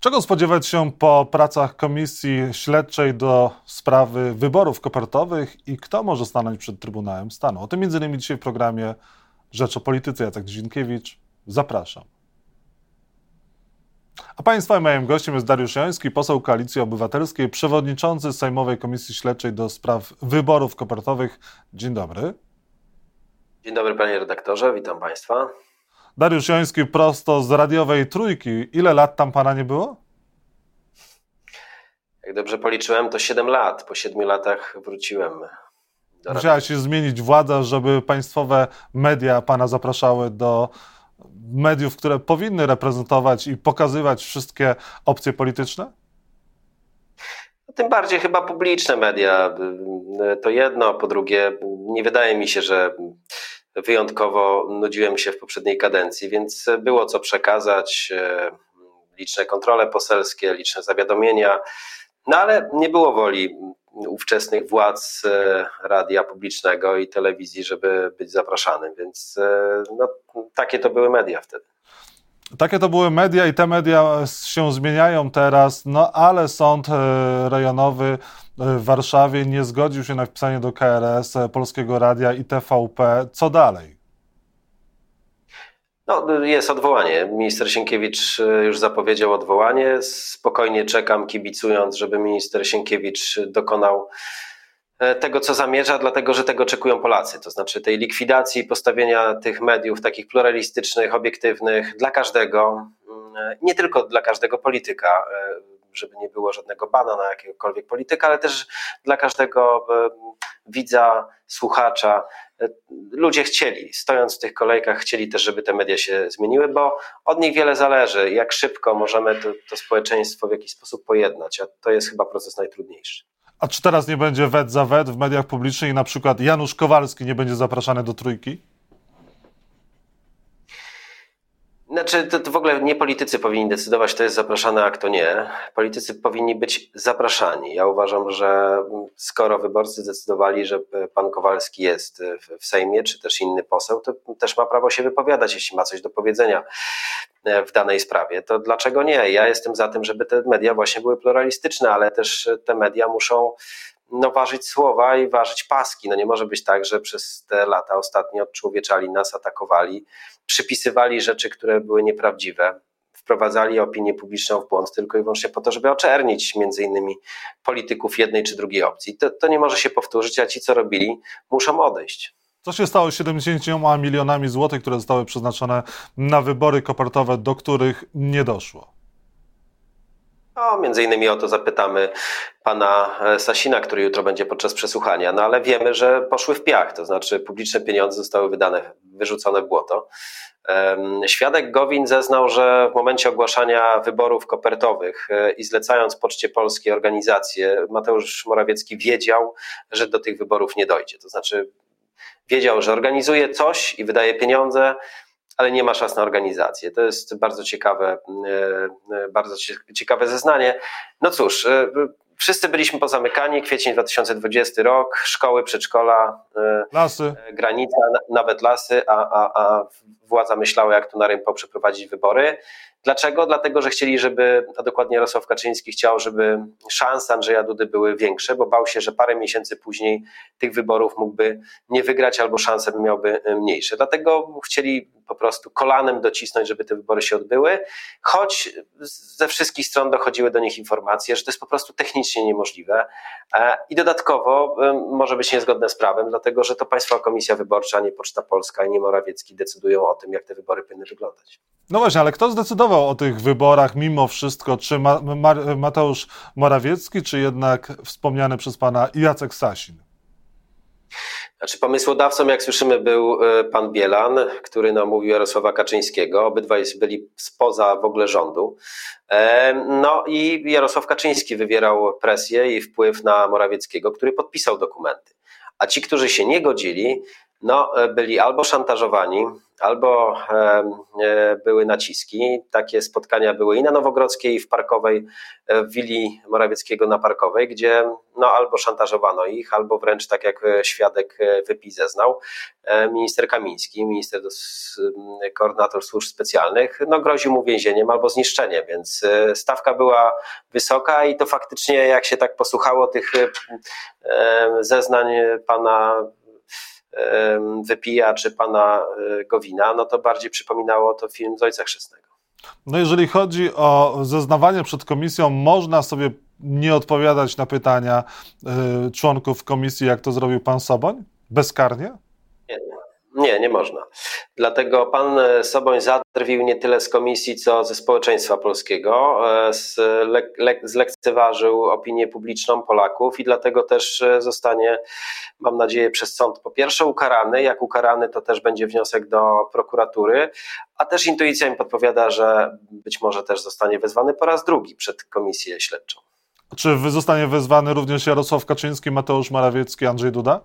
Czego spodziewać się po pracach Komisji Śledczej do sprawy wyborów kopertowych i kto może stanąć przed Trybunałem Stanu? O tym m.in. dzisiaj w programie Rzecz o Polityce. Jacek Dzienkiewicz, zapraszam. A Państwa i moim gościem jest Dariusz Joński, poseł Koalicji Obywatelskiej, przewodniczący Sejmowej Komisji Śledczej do spraw wyborów kopertowych. Dzień dobry. Dzień dobry, panie redaktorze, witam Państwa. Dariusz Joński prosto z radiowej Trójki. Ile lat tam pana nie było? Jak dobrze policzyłem, to 7 lat. Po 7 latach wróciłem do Musiała się zmienić władza, żeby państwowe media pana zapraszały do mediów, które powinny reprezentować i pokazywać wszystkie opcje polityczne? Tym bardziej chyba publiczne media. To jedno, po drugie, nie wydaje mi się, że wyjątkowo nudziłem się w poprzedniej kadencji, więc było co przekazać, liczne kontrole poselskie, liczne zawiadomienia, no ale nie było woli ówczesnych władz radia publicznego i telewizji, żeby być zapraszanym, więc no, takie to były media wtedy. Takie to były media i te media się zmieniają teraz, no ale sąd rejonowy w Warszawie nie zgodził się na wpisanie do KRS Polskiego Radia i TVP. Co dalej? No, jest odwołanie. Minister Sienkiewicz już zapowiedział odwołanie. Spokojnie czekam, kibicując, żeby minister Sienkiewicz dokonał tego, co zamierza, dlatego że tego oczekują Polacy. To znaczy tej likwidacji, postawienia tych mediów takich pluralistycznych, obiektywnych dla każdego, nie tylko dla każdego polityka, żeby nie było żadnego bana na jakiegokolwiek polityka, ale też dla każdego widza, słuchacza. Ludzie chcieli, stojąc w tych kolejkach, chcieli też, żeby te media się zmieniły, bo od nich wiele zależy, jak szybko możemy to społeczeństwo w jakiś sposób pojednać, a to jest chyba proces najtrudniejszy. A czy teraz nie będzie wet za wet w mediach publicznych i na przykład Janusz Kowalski nie będzie zapraszany do Trójki? Znaczy, to w ogóle nie politycy powinni decydować, kto jest zapraszany, a kto nie. Politycy powinni być zapraszani. Ja uważam, że skoro wyborcy zdecydowali, że pan Kowalski jest w Sejmie, czy też inny poseł, to też ma prawo się wypowiadać, jeśli ma coś do powiedzenia w danej sprawie. To dlaczego nie? Ja jestem za tym, żeby te media właśnie były pluralistyczne, ale też te media muszą ważyć słowa i ważyć paski. No nie może być tak, że przez te lata ostatnio odczłowieczali nas, atakowali, przypisywali rzeczy, które były nieprawdziwe, wprowadzali opinię publiczną w błąd tylko i wyłącznie po to, żeby oczernić między innymi polityków jednej czy drugiej opcji. To nie może się powtórzyć, a ci, co robili, muszą odejść. Co się stało z 70 milionami złotych, które zostały przeznaczone na wybory kopertowe, do których nie doszło? No, między innymi o to zapytamy pana Sasina, który jutro będzie podczas przesłuchania, no ale wiemy, że poszły w piach, to znaczy publiczne pieniądze zostały wyrzucone w błoto. Świadek Gowin zeznał, że w momencie ogłaszania wyborów kopertowych i zlecając Poczcie Polskiej organizację, Mateusz Morawiecki wiedział, że do tych wyborów nie dojdzie. To znaczy wiedział, że organizuje coś i wydaje pieniądze, ale nie ma szans na organizację. To jest bardzo ciekawe zeznanie. No cóż, wszyscy byliśmy pozamykani, kwiecień 2020 rok, szkoły, przedszkola, lasy, granica, nawet lasy, a władza myślała, jak tu na rynku przeprowadzić wybory. Dlaczego? Dlatego, że chcieli, a dokładnie Jarosław Kaczyński chciał, żeby szanse Andrzeja Dudy były większe, bo bał się, że parę miesięcy później tych wyborów mógłby nie wygrać albo szanse miałby mniejsze. Dlatego chcieli po prostu kolanem docisnąć, żeby te wybory się odbyły, choć ze wszystkich stron dochodziły do nich informacje, że to jest po prostu technicznie niemożliwe i dodatkowo może być niezgodne z prawem, dlatego że to Państwowa Komisja Wyborcza, a nie Poczta Polska, nie Morawiecki decydują o tym, jak te wybory powinny wyglądać. No właśnie, ale kto zdecydował o tych wyborach mimo wszystko? Czy Mateusz Morawiecki, czy jednak wspomniany przez pana Jacek Sasin? Znaczy pomysłodawcą, jak słyszymy, był pan Bielan, który namówił Jarosława Kaczyńskiego. Obydwaj byli spoza w ogóle rządu. No i Jarosław Kaczyński wywierał presję i wpływ na Morawieckiego, który podpisał dokumenty. A ci, którzy się nie godzili, no, byli albo szantażowani, albo były naciski. Takie spotkania były i na Nowogrodzkiej, i w Parkowej, w willi Morawieckiego na Parkowej, gdzie no, albo szantażowano ich, albo wręcz tak jak świadek Wypij zeznał, minister Kamiński, koordynator służb specjalnych, no, groził mu więzieniem albo zniszczeniem, więc stawka była wysoka i to faktycznie, jak się tak posłuchało tych zeznań pana Wypija czy pana Gowina, no to bardziej przypominało to film z Ojca Chrzestnego. No jeżeli chodzi o zeznawanie przed komisją, można sobie nie odpowiadać na pytania członków komisji, jak to zrobił pan Soboń? Bezkarnie? Nie można. Dlatego pan Soboń zadrwił nie tyle z komisji, co ze społeczeństwa polskiego, zlekceważył opinię publiczną Polaków i dlatego też zostanie, mam nadzieję, przez sąd po pierwsze ukarany. Jak ukarany, to też będzie wniosek do prokuratury, a też intuicja mi podpowiada, że być może też zostanie wezwany po raz drugi przed komisję śledczą. Czy zostanie wezwany również Jarosław Kaczyński, Mateusz Morawiecki, Andrzej Duda?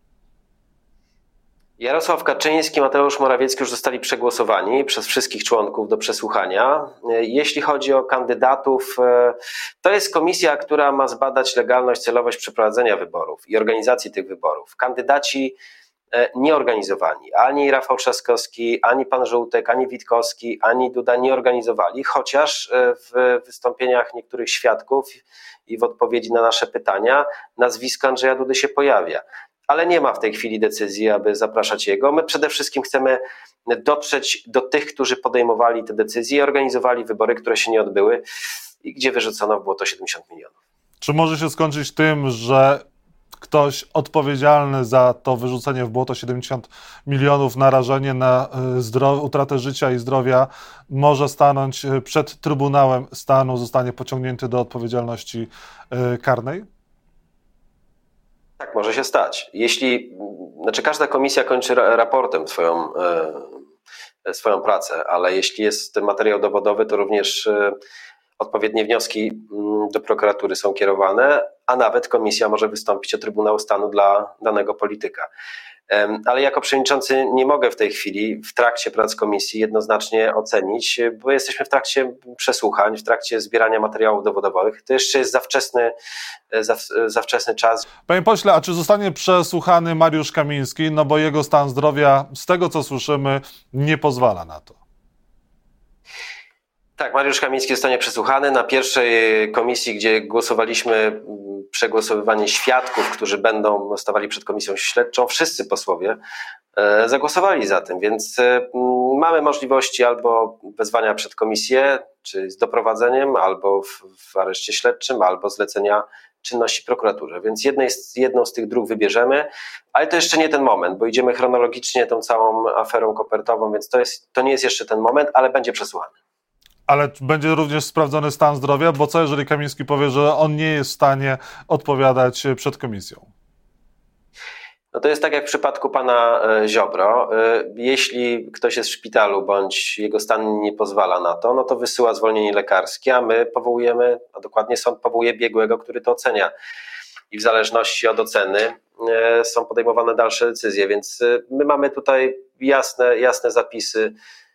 Jarosław Kaczyński, Mateusz Morawiecki już zostali przegłosowani przez wszystkich członków do przesłuchania. Jeśli chodzi o kandydatów, to jest komisja, która ma zbadać legalność, celowość przeprowadzenia wyborów i organizacji tych wyborów. Kandydaci nieorganizowani, ani Rafał Trzaskowski, ani pan Żółtek, ani Witkowski, ani Duda nie organizowali, chociaż w wystąpieniach niektórych świadków i w odpowiedzi na nasze pytania nazwisko Andrzeja Dudy się pojawia. Ale nie ma w tej chwili decyzji, aby zapraszać jego. My przede wszystkim chcemy dotrzeć do tych, którzy podejmowali te decyzje i organizowali wybory, które się nie odbyły i gdzie wyrzucono w błoto 70 milionów. Czy może się skończyć tym, że ktoś odpowiedzialny za to wyrzucenie w błoto 70 milionów, narażenie na utratę życia i zdrowia może stanąć przed Trybunałem Stanu, zostanie pociągnięty do odpowiedzialności karnej? Tak może się stać. Każda komisja kończy raportem swoją pracę, ale jeśli jest materiał dowodowy, to również odpowiednie wnioski do prokuratury są kierowane, a nawet komisja może wystąpić o Trybunał Stanu dla danego polityka. Ale jako przewodniczący nie mogę w tej chwili, w trakcie prac komisji jednoznacznie ocenić, bo jesteśmy w trakcie przesłuchań, w trakcie zbierania materiałów dowodowych. To jeszcze jest za wczesny czas. Panie pośle, a czy zostanie przesłuchany Mariusz Kamiński? No bo jego stan zdrowia, z tego co słyszymy, nie pozwala na to. Tak, Mariusz Kamiński zostanie przesłuchany. Na pierwszej komisji, gdzie głosowaliśmy przegłosowywanie świadków, którzy będą stawali przed komisją śledczą, wszyscy posłowie zagłosowali za tym, więc mamy możliwości albo wezwania przed komisję, czy z doprowadzeniem, albo w areszcie śledczym, albo zlecenia czynności prokuraturze. Więc jedną z tych dróg wybierzemy, ale to jeszcze nie ten moment, bo idziemy chronologicznie tą całą aferą kopertową, więc to nie jest jeszcze ten moment, ale będzie przesłuchany. Ale będzie również sprawdzony stan zdrowia, bo co jeżeli Kamiński powie, że on nie jest w stanie odpowiadać przed komisją? No to jest tak jak w przypadku pana Ziobro. Jeśli ktoś jest w szpitalu bądź jego stan nie pozwala na to, no to wysyła zwolnienie lekarskie, a my powołujemy, a dokładnie sąd powołuje biegłego, który to ocenia. I w zależności od oceny są podejmowane dalsze decyzje, więc my mamy tutaj jasne zapisy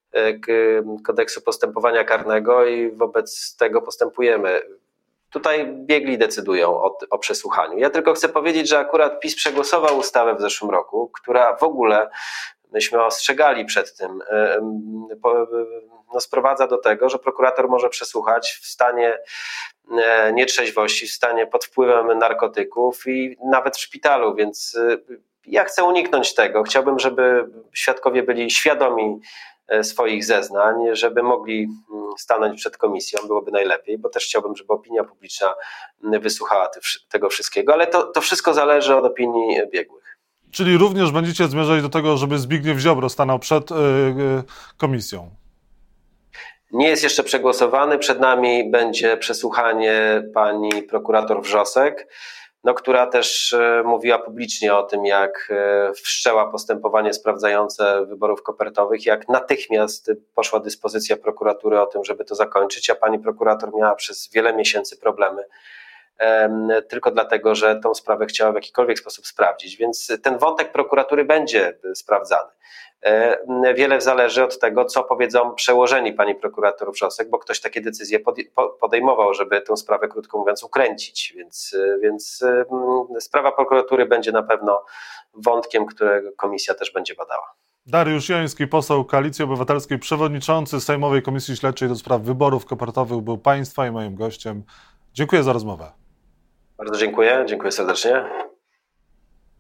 kodeksu postępowania karnego i wobec tego postępujemy. Tutaj biegli decydują o przesłuchaniu. Ja tylko chcę powiedzieć, że akurat PiS przegłosował ustawę w zeszłym roku, która w ogóle, myśmy ostrzegali przed tym, sprowadza do tego, że prokurator może przesłuchać w stanie nietrzeźwości, w stanie pod wpływem narkotyków i nawet w szpitalu, więc ja chcę uniknąć tego. Chciałbym, żeby świadkowie byli świadomi swoich zeznań, żeby mogli stanąć przed komisją, byłoby najlepiej, bo też chciałbym, żeby opinia publiczna wysłuchała tego wszystkiego, ale to wszystko zależy od opinii biegłych. Czyli również będziecie zmierzać do tego, żeby Zbigniew Ziobro stanął przed komisją? Nie jest jeszcze przegłosowany, przed nami będzie przesłuchanie pani prokurator Wrzosek, która też mówiła publicznie o tym, jak wszczęła postępowanie sprawdzające wyborów kopertowych, jak natychmiast poszła dyspozycja prokuratury o tym, żeby to zakończyć, a pani prokurator miała przez wiele miesięcy problemy tylko dlatego, że tą sprawę chciała w jakikolwiek sposób sprawdzić. Więc ten wątek prokuratury będzie sprawdzany. Wiele zależy od tego, co powiedzą przełożeni pani prokurator Wrzosek, bo ktoś takie decyzje podejmował, żeby tę sprawę, krótko mówiąc, ukręcić. Więc sprawa prokuratury będzie na pewno wątkiem, którego komisja też będzie badała. Dariusz Joński, poseł Koalicji Obywatelskiej, przewodniczący Sejmowej Komisji Śledczej do spraw wyborów kopertowych, był państwa i moim gościem. Dziękuję za rozmowę. Bardzo dziękuję serdecznie.